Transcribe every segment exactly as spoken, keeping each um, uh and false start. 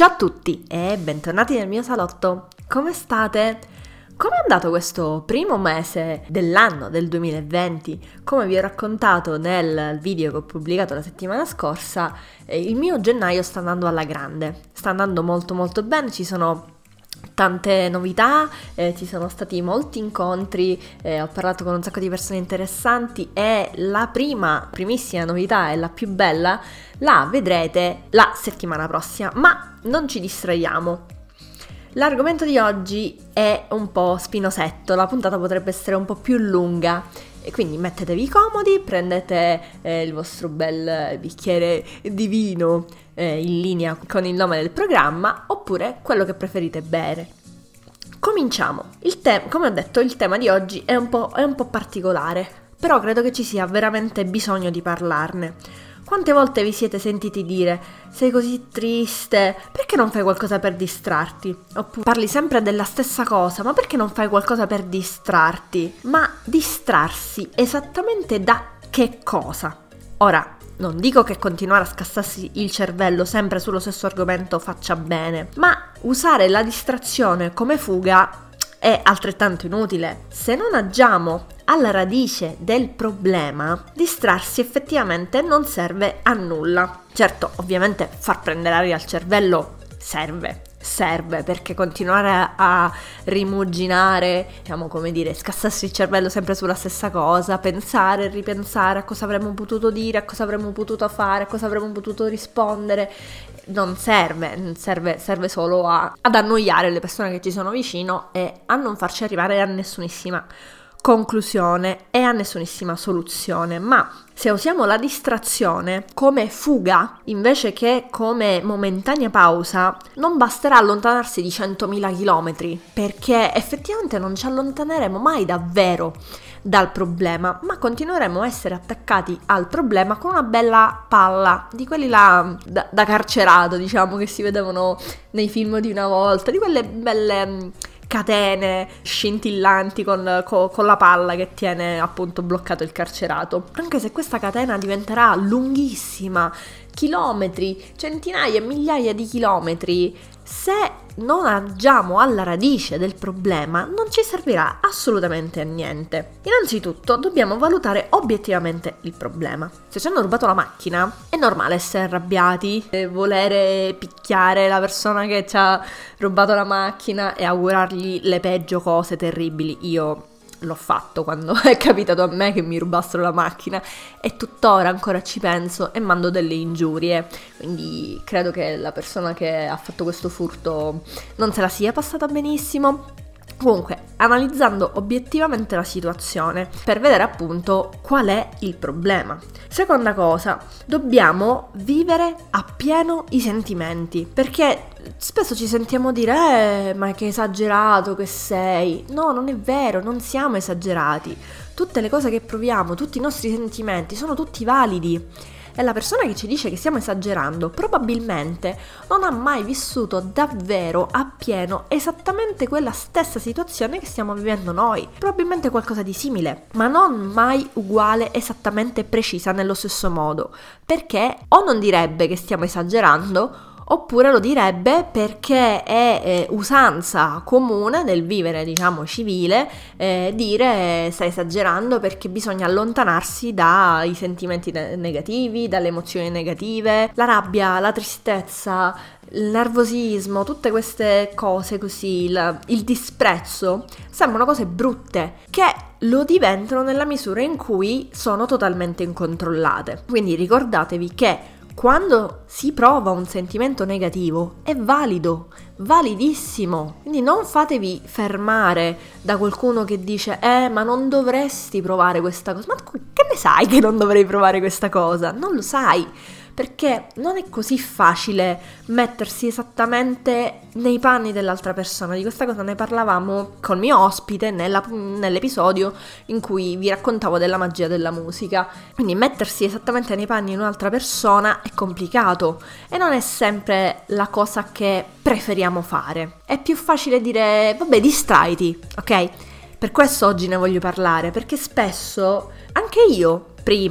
Ciao a tutti e bentornati nel mio salotto. Come state? Come è andato questo primo mese dell'anno del duemilaventi? Come vi ho raccontato nel video che ho pubblicato la settimana scorsa, eh, il mio gennaio sta andando alla grande. Sta andando molto molto bene, ci sono tante novità, eh, ci sono stati molti incontri, eh, ho parlato con un sacco di persone interessanti e la prima, primissima novità e la più bella la vedrete la settimana prossima, ma non ci distraiamo. L'argomento di oggi è un po' spinosetto, la puntata potrebbe essere un po' più lunga e quindi mettetevi comodi, prendete eh, il vostro bel bicchiere di vino eh, in linea con il nome del programma oppure quello che preferite bere. Cominciamo. Il te- come ho detto, il tema di oggi è un po', è un po' particolare, però credo che ci sia veramente bisogno di parlarne. Quante volte vi siete sentiti dire sei così triste, perché non fai qualcosa per distrarti? Oppure parli sempre della stessa cosa, ma perché non fai qualcosa per distrarti? Ma distrarsi esattamente da che cosa? Ora, non dico che continuare a scassarsi il cervello sempre sullo stesso argomento faccia bene, ma usare la distrazione come fuga è altrettanto inutile. Se non agiamo alla radice del problema, distrarsi effettivamente non serve a nulla. Certo, ovviamente far prendere aria al cervello serve, serve perché continuare a rimuginare, diciamo come dire, scassarsi il cervello sempre sulla stessa cosa, pensare, ripensare a cosa avremmo potuto dire, a cosa avremmo potuto fare, a cosa avremmo potuto rispondere, non serve, serve, serve solo a, ad annoiare le persone che ci sono vicino e a non farci arrivare a nessunissima conclusione e a nessunissima soluzione. Ma se usiamo la distrazione come fuga invece che come momentanea pausa, non basterà allontanarsi di centomila chilometri, perché effettivamente non ci allontaneremo mai davvero dal problema, ma continueremo a essere attaccati al problema con una bella palla di quelli là da, da carcerato, diciamo, che si vedevano nei film di una volta, di quelle belle catene scintillanti con, con, con la palla che tiene appunto bloccato il carcerato. Anche se questa catena diventerà lunghissima, chilometri, centinaia e migliaia di chilometri, se non agiamo alla radice del problema non ci servirà assolutamente a niente. Innanzitutto dobbiamo valutare obiettivamente il problema. Se ci hanno rubato la macchina è normale essere arrabbiati, e volere picchiare la persona che ci ha rubato la macchina e augurargli le peggio cose terribili. Io l'ho fatto quando è capitato a me che mi rubassero la macchina e tuttora ancora ci penso e mando delle ingiurie, quindi credo che la persona che ha fatto questo furto non se la sia passata benissimo. Comunque, analizzando obiettivamente la situazione per vedere appunto qual è il problema. Seconda cosa, dobbiamo vivere appieno i sentimenti, perché spesso ci sentiamo dire eh, ma che esagerato che sei. No, non è vero, non siamo esagerati. Tutte le cose che proviamo, tutti i nostri sentimenti sono tutti validi. E la persona che ci dice che stiamo esagerando probabilmente non ha mai vissuto davvero appieno esattamente quella stessa situazione che stiamo vivendo noi. Probabilmente qualcosa di simile, ma non mai uguale, esattamente precisa nello stesso modo. Perché o non direbbe che stiamo esagerando, oppure lo direbbe perché è eh, usanza comune del vivere, diciamo, civile, eh, dire stai esagerando perché bisogna allontanarsi dai sentimenti ne- negativi, dalle emozioni negative, la rabbia, la tristezza, il nervosismo, tutte queste cose così, il, il disprezzo, sembrano cose brutte che lo diventano nella misura in cui sono totalmente incontrollate. Quindi ricordatevi che quando si prova un sentimento negativo è valido, validissimo, quindi non fatevi fermare da qualcuno che dice eh ma non dovresti provare questa cosa, ma che ne sai che non dovrei provare questa cosa? Non lo sai, perché non è così facile mettersi esattamente nei panni dell'altra persona. Di questa cosa ne parlavamo col mio ospite nella, nell'episodio in cui vi raccontavo della magia della musica. Quindi mettersi esattamente nei panni di un'altra persona è complicato e non è sempre la cosa che preferiamo fare. È più facile dire vabbè, distraiti, ok? Per questo oggi ne voglio parlare, perché spesso anche io prima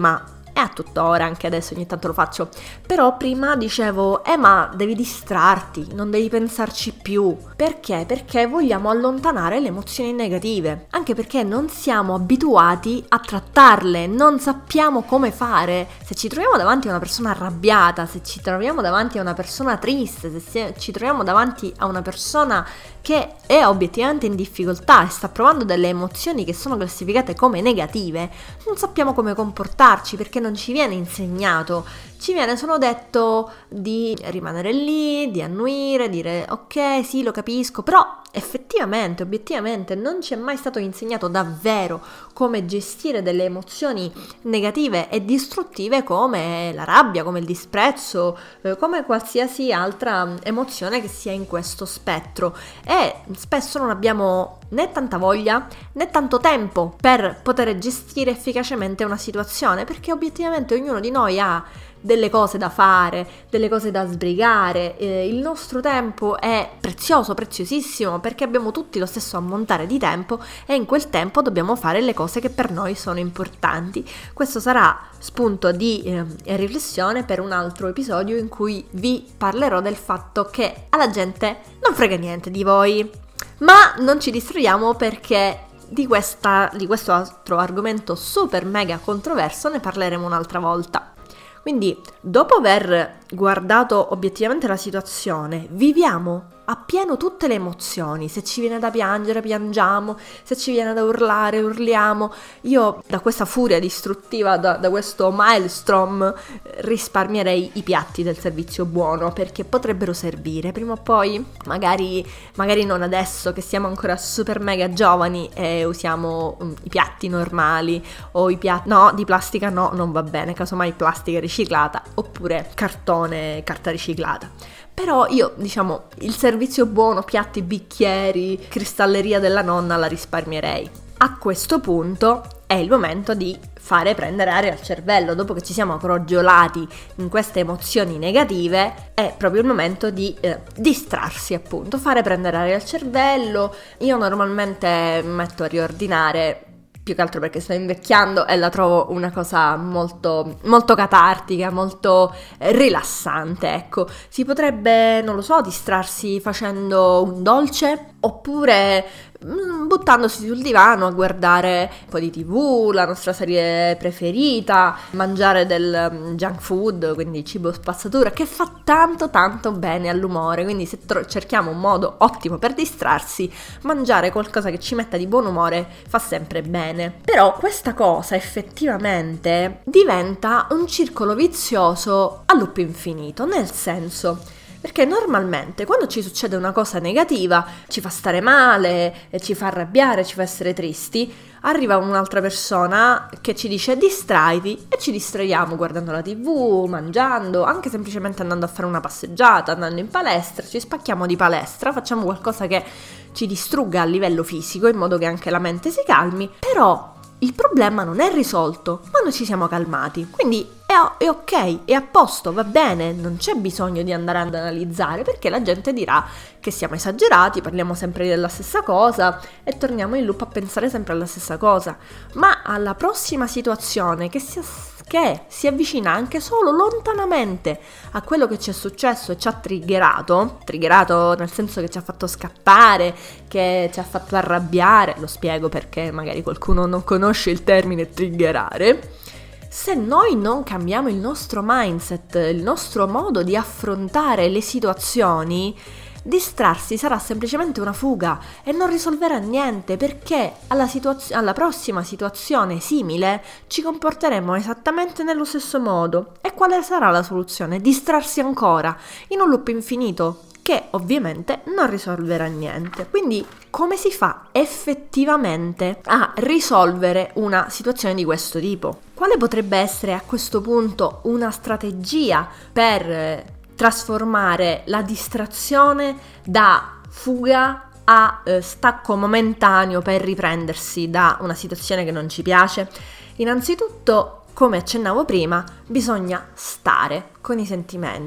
e a tuttora, anche adesso ogni tanto lo faccio. Però prima dicevo, eh ma devi distrarti, non devi pensarci più. Perché? Perché vogliamo allontanare le emozioni negative, anche perché non siamo abituati a trattarle, non sappiamo come fare. Se ci troviamo davanti a una persona arrabbiata, se ci troviamo davanti a una persona triste, se ci troviamo davanti a una persona che è obiettivamente in difficoltà e sta provando delle emozioni che sono classificate come negative, non sappiamo come comportarci perché non ci viene insegnato, ci viene solo detto di rimanere lì, di annuire, dire ok, sì, lo capisco, però effettivamente, obiettivamente non ci è mai stato insegnato davvero come gestire delle emozioni negative e distruttive come la rabbia, come il disprezzo, eh, come qualsiasi altra emozione che sia in questo spettro, e spesso non abbiamo né tanta voglia né tanto tempo per poter gestire efficacemente una situazione, perché obiettivamente ognuno di noi ha delle cose da fare, delle cose da sbrigare, eh, il nostro tempo è prezioso, preziosissimo, perché abbiamo tutti lo stesso ammontare di tempo e in quel tempo dobbiamo fare le cose che per noi sono importanti. Questo sarà spunto di eh, riflessione per un altro episodio in cui vi parlerò del fatto che alla gente non frega niente di voi. Ma non ci distraiamo, perché di, questa, di questo altro argomento super mega controverso ne parleremo un'altra volta. Quindi, dopo aver guardato obiettivamente la situazione, viviamo appieno tutte le emozioni. Se ci viene da piangere, piangiamo, se ci viene da urlare, urliamo. Io da questa furia distruttiva, da, da questo maelstrom, risparmierei i piatti del servizio buono, perché potrebbero servire prima o poi, magari, magari non adesso che siamo ancora super mega giovani e usiamo um, i piatti normali o i piatti, no, di plastica no, non va bene, casomai plastica riciclata oppure cartone, carta riciclata. Però io, diciamo, il servizio buono, piatti, bicchieri, cristalleria della nonna la risparmierei. A questo punto è il momento di fare prendere aria al cervello. Dopo che ci siamo crogiolati in queste emozioni negative, è proprio il momento di eh, distrarsi, appunto, fare prendere aria al cervello. Io normalmente mi metto a riordinare, più che altro perché sto invecchiando e la trovo una cosa molto, molto catartica, molto rilassante, ecco. Si potrebbe, non lo so, distrarsi facendo un dolce, oppure mh, buttandosi sul divano a guardare un po' di tivù, la nostra serie preferita, mangiare del um, junk food, quindi cibo spazzatura, che fa tanto tanto bene all'umore. Quindi se tro- cerchiamo un modo ottimo per distrarsi, mangiare qualcosa che ci metta di buon umore fa sempre bene. Però questa cosa effettivamente diventa un circolo vizioso a loop infinito, nel senso, perché normalmente quando ci succede una cosa negativa, ci fa stare male, ci fa arrabbiare, ci fa essere tristi, arriva un'altra persona che ci dice distraiti e ci distraiamo guardando la tivù, mangiando, anche semplicemente andando a fare una passeggiata, andando in palestra, ci spacchiamo di palestra, facciamo qualcosa che ci distrugga a livello fisico in modo che anche la mente si calmi, però il problema non è risolto, ma noi ci siamo calmati, quindi è, è ok, è a posto, va bene, non c'è bisogno di andare ad analizzare, perché la gente dirà che siamo esagerati, parliamo sempre della stessa cosa e torniamo in loop a pensare sempre alla stessa cosa. Ma alla prossima situazione che si, che si avvicina anche solo lontanamente a quello che ci è successo e ci ha triggerato, triggerato nel senso che ci ha fatto scappare, che ci ha fatto arrabbiare, lo spiego perché magari qualcuno non conosce il termine triggerare. Se noi non cambiamo il nostro mindset, il nostro modo di affrontare le situazioni, distrarsi sarà semplicemente una fuga e non risolverà niente, perché alla, situazio- alla prossima situazione simile ci comporteremo esattamente nello stesso modo. E quale sarà la soluzione? Distrarsi ancora in un loop infinito che ovviamente non risolverà niente. Quindi come si fa effettivamente a risolvere una situazione di questo tipo? Quale potrebbe essere a questo punto una strategia per trasformare la distrazione da fuga a eh, stacco momentaneo per riprendersi da una situazione che non ci piace? Innanzitutto, come accennavo prima, bisogna stare con i sentimenti.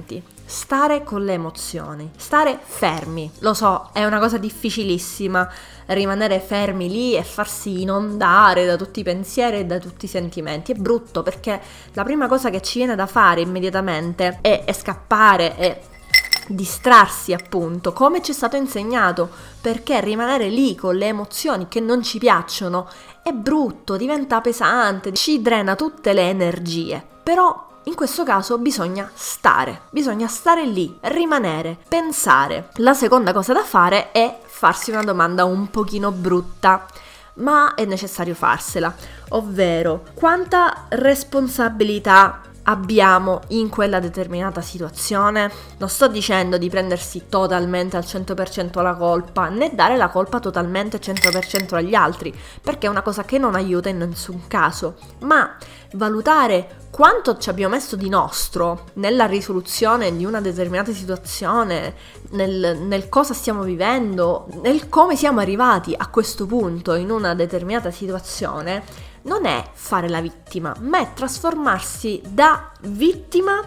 stare con le emozioni, stare fermi. Lo so, è una cosa difficilissima rimanere fermi lì e farsi inondare da tutti i pensieri e da tutti i sentimenti. È brutto perché la prima cosa che ci viene da fare immediatamente è, è scappare e distrarsi, appunto, come ci è stato insegnato, perché rimanere lì con le emozioni che non ci piacciono è brutto, diventa pesante, ci drena tutte le energie. Però in questo caso bisogna stare, bisogna stare lì, rimanere, pensare. La seconda cosa da fare è farsi una domanda un pochino brutta, ma è necessario farsela, ovvero quanta responsabilità abbiamo in quella determinata situazione? Non sto dicendo di prendersi totalmente al cento per cento la colpa, né dare la colpa totalmente al cento per cento agli altri, perché è una cosa che non aiuta in nessun caso, ma valutare quanto ci abbiamo messo di nostro nella risoluzione di una determinata situazione, nel, nel cosa stiamo vivendo, nel come siamo arrivati a questo punto in una determinata situazione. Non è fare la vittima, ma è trasformarsi da vittima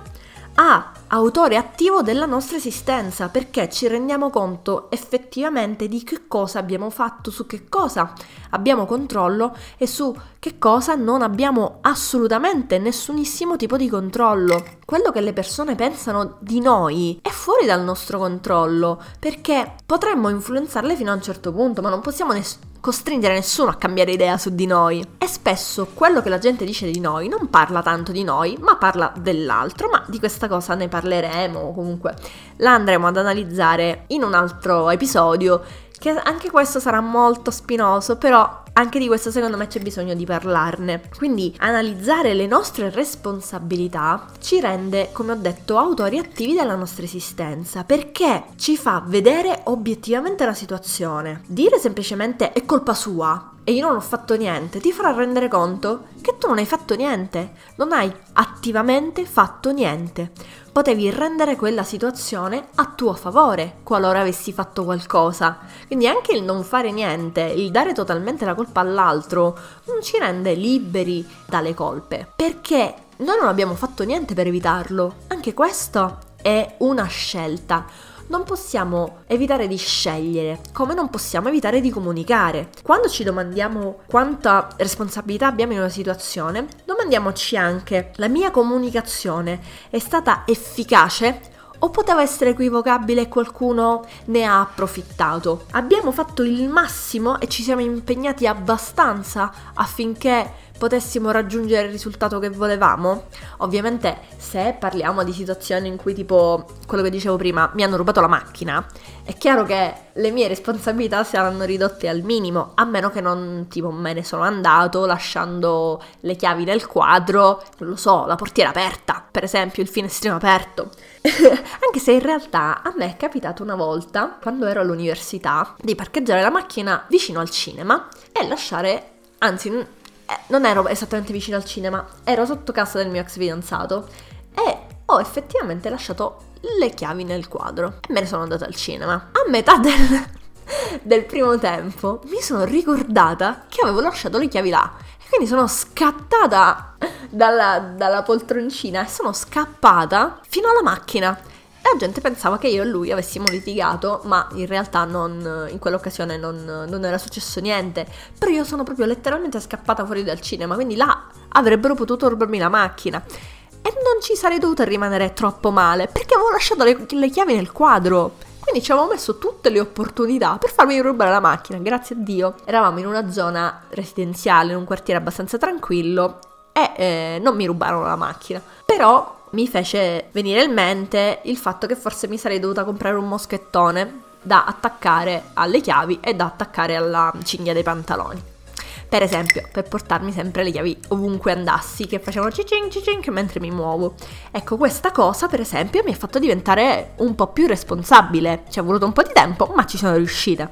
a autore attivo della nostra esistenza, perché ci rendiamo conto effettivamente di che cosa abbiamo fatto, su che cosa abbiamo controllo e su che cosa non abbiamo assolutamente nessunissimo tipo di controllo. Quello che le persone pensano di noi è fuori dal nostro controllo, perché potremmo influenzarle fino a un certo punto, ma non possiamo ness- costringere nessuno a cambiare idea su di noi. E spesso quello che la gente dice di noi non parla tanto di noi, ma parla dell'altro, ma di questa cosa ne parleremo, o comunque la andremo ad analizzare in un altro episodio, che anche questo sarà molto spinoso, però anche di questo secondo me c'è bisogno di parlarne. Quindi analizzare le nostre responsabilità ci rende, come ho detto, autori attivi della nostra esistenza, perché ci fa vedere obiettivamente la situazione. Dire semplicemente è colpa sua e io non ho fatto niente ti farà rendere conto che tu non hai fatto niente, non hai attivamente fatto niente. Potevi rendere quella situazione a tuo favore qualora avessi fatto qualcosa. Quindi anche il non fare niente, il dare totalmente la colpa all'altro, non ci rende liberi dalle colpe, perché noi non abbiamo fatto niente per evitarlo. Anche questo è una scelta. Non possiamo evitare di scegliere, come non possiamo evitare di comunicare. Quando ci domandiamo quanta responsabilità abbiamo in una situazione, domandiamoci anche: la mia comunicazione è stata efficace o poteva essere equivocabile e qualcuno ne ha approfittato? Abbiamo fatto il massimo e ci siamo impegnati abbastanza affinché potessimo raggiungere il risultato che volevamo? Ovviamente se parliamo di situazioni in cui, tipo quello che dicevo prima, mi hanno rubato la macchina, è chiaro che le mie responsabilità saranno ridotte al minimo, a meno che non tipo me ne sono andato lasciando le chiavi nel quadro, non lo so, la portiera aperta, per esempio il finestrino aperto. Anche se in realtà a me è capitato una volta, quando ero all'università, di parcheggiare la macchina vicino al cinema e lasciare, anzi Eh, non ero esattamente vicino al cinema, ero sotto casa del mio ex fidanzato e ho effettivamente lasciato le chiavi nel quadro e me ne sono andata al cinema. A metà del, del primo tempo mi sono ricordata che avevo lasciato le chiavi là e quindi sono scattata dalla, dalla poltroncina e sono scappata fino alla macchina. La gente pensava che io e lui avessimo litigato, ma in realtà non, in quell'occasione non, non era successo niente. Però io sono proprio letteralmente scappata fuori dal cinema, quindi là avrebbero potuto rubarmi la macchina. E non ci sarei dovuta rimanere troppo male, perché avevo lasciato le, le chiavi nel quadro. Quindi ci avevo messo tutte le opportunità per farmi rubare la macchina, grazie a Dio. Eravamo in una zona residenziale, in un quartiere abbastanza tranquillo, e eh, non mi rubarono la macchina. Però mi fece venire in mente il fatto che forse mi sarei dovuta comprare un moschettone da attaccare alle chiavi e da attaccare alla cinghia dei pantaloni, per esempio, per portarmi sempre le chiavi ovunque andassi, che facevano cicing cicing mentre mi muovo. Ecco, questa cosa per esempio mi ha fatto diventare un po' più responsabile. Ci è voluto un po' di tempo, ma ci sono riuscita.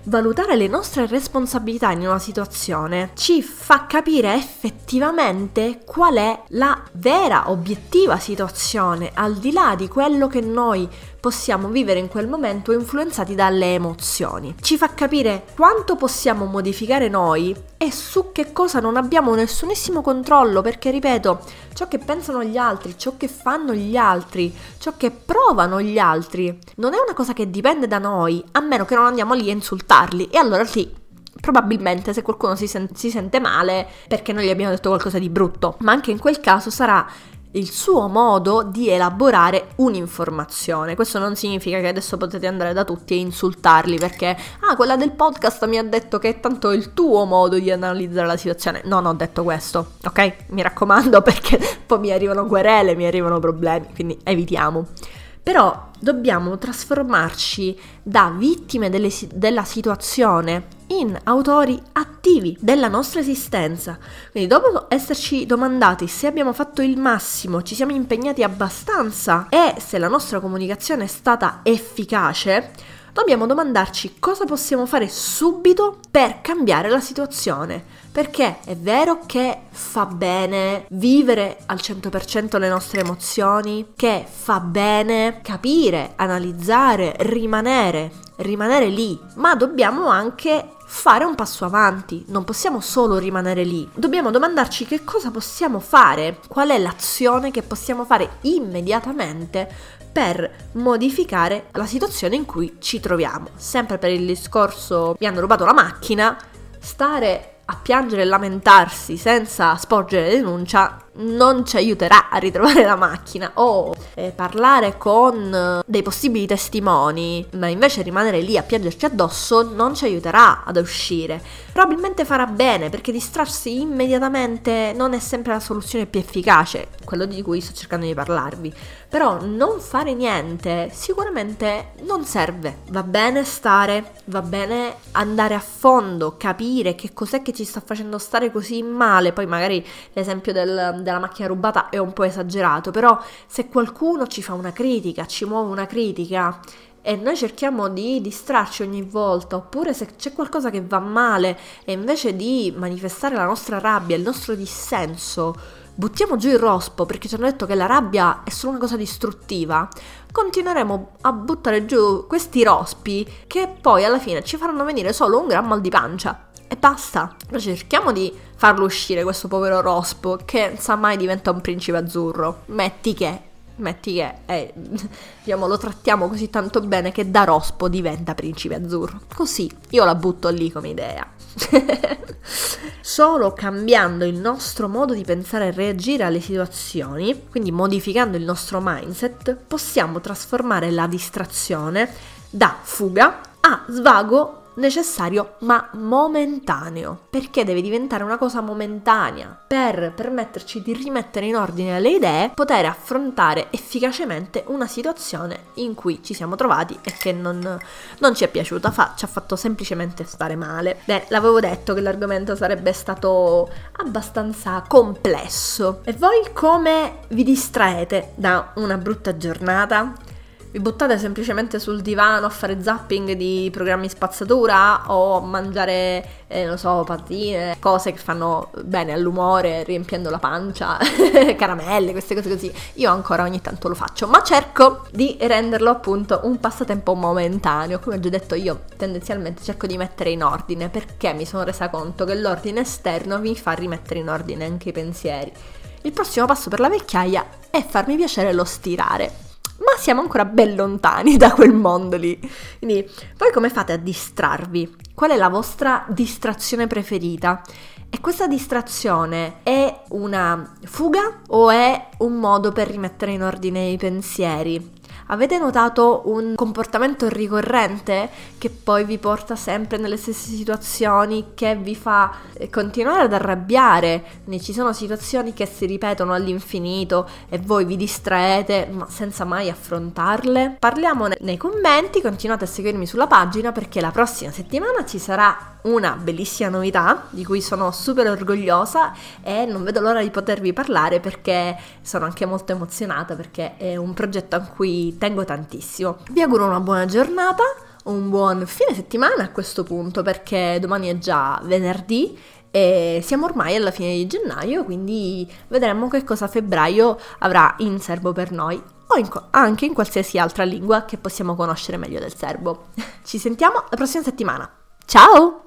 valutare le nostre responsabilità in una situazione ci fa capire effettivamente qual è la vera, obiettiva situazione, al di là di quello che noi possiamo vivere in quel momento influenzati dalle emozioni. Ci fa capire quanto possiamo modificare noi e su che cosa non abbiamo nessunissimo controllo, perché ripeto, ciò che pensano gli altri, ciò che fanno gli altri, ciò che provano gli altri, non è una cosa che dipende da noi, a meno che non andiamo lì a insultarli, e allora sì, probabilmente se qualcuno si, sen- si sente male perché noi gli abbiamo detto qualcosa di brutto, ma anche in quel caso sarà il suo modo di elaborare un'informazione. Questo non significa che adesso potete andare da tutti e insultarli perché ah, quella del podcast mi ha detto che è tanto il tuo modo di analizzare la situazione. Non ho detto questo, ok? Mi raccomando, perché poi mi arrivano querele, mi arrivano problemi, quindi evitiamo. Però dobbiamo trasformarci da vittime delle, della situazione in autori attivi della nostra esistenza. Quindi dopo esserci domandati se abbiamo fatto il massimo, ci siamo impegnati abbastanza e se la nostra comunicazione è stata efficace, dobbiamo domandarci cosa possiamo fare subito per cambiare la situazione. Perché è vero che fa bene vivere al cento per cento le nostre emozioni, che fa bene capire, analizzare, rimanere, rimanere lì, ma dobbiamo anche fare un passo avanti, non possiamo solo rimanere lì, dobbiamo domandarci che cosa possiamo fare, qual è l'azione che possiamo fare immediatamente per modificare la situazione in cui ci troviamo. Sempre per il discorso mi hanno rubato la macchina, stare a piangere e lamentarsi senza sporgere denuncia non ci aiuterà a ritrovare la macchina, o eh, parlare con eh, dei possibili testimoni, ma invece rimanere lì a piangerci addosso non ci aiuterà ad uscire. Probabilmente farà bene, perché distrarsi immediatamente non è sempre la soluzione più efficace, quello di cui sto cercando di parlarvi, però non fare niente sicuramente non serve. Va bene stare, va bene andare a fondo, capire che cos'è che ci sta facendo stare così male. Poi magari l'esempio del della macchina rubata è un po' esagerato, però se qualcuno ci fa una critica, ci muove una critica e noi cerchiamo di distrarci ogni volta, oppure se c'è qualcosa che va male e invece di manifestare la nostra rabbia, il nostro dissenso, buttiamo giù il rospo perché ci hanno detto che la rabbia è solo una cosa distruttiva, continueremo a buttare giù questi rospi che poi alla fine ci faranno venire solo un gran mal di pancia. E basta. Però cerchiamo di farlo uscire questo povero rospo che non sa mai diventa un principe azzurro. Metti che, metti che eh, diciamo, lo trattiamo così tanto bene che da rospo diventa principe azzurro. Così io la butto lì come idea. Solo cambiando il nostro modo di pensare e reagire alle situazioni, quindi modificando il nostro mindset, possiamo trasformare la distrazione da fuga a svago necessario ma momentaneo. Perché deve diventare una cosa momentanea? Per permetterci di rimettere in ordine le idee, poter affrontare efficacemente una situazione in cui ci siamo trovati e che non, non ci è piaciuta, fa, ci ha fatto semplicemente stare male. Beh, l'avevo detto che l'argomento sarebbe stato abbastanza complesso. E voi come vi distraete da una brutta giornata? Vi buttate semplicemente sul divano a fare zapping di programmi spazzatura o a mangiare, eh, non so, patatine, cose che fanno bene all'umore, riempiendo la pancia, caramelle, queste cose così. Io ancora ogni tanto lo faccio, ma cerco di renderlo appunto un passatempo momentaneo. Come ho già detto, io tendenzialmente cerco di mettere in ordine, perché mi sono resa conto che l'ordine esterno mi fa rimettere in ordine anche i pensieri. Il prossimo passo per la vecchiaia è farmi piacere lo stirare. Ma siamo ancora ben lontani da quel mondo lì. Quindi, voi come fate a distrarvi? Qual è la vostra distrazione preferita? E questa distrazione è una fuga o è un modo per rimettere in ordine i pensieri? Avete notato un comportamento ricorrente che poi vi porta sempre nelle stesse situazioni, che vi fa continuare ad arrabbiare? Quindi ci sono situazioni che si ripetono all'infinito e voi vi distraete ma senza mai affrontarle? Parliamone nei commenti, continuate a seguirmi sulla pagina perché la prossima settimana ci sarà una bellissima novità di cui sono super orgogliosa e non vedo l'ora di potervi parlare perché sono anche molto emozionata, perché è un progetto a cui tengo tantissimo. Vi auguro una buona giornata, un buon fine settimana a questo punto, perché domani è già venerdì e siamo ormai alla fine di gennaio, quindi vedremo che cosa febbraio avrà in serbo per noi, o in, anche in qualsiasi altra lingua che possiamo conoscere meglio del serbo. Ci sentiamo la prossima settimana. Ciao!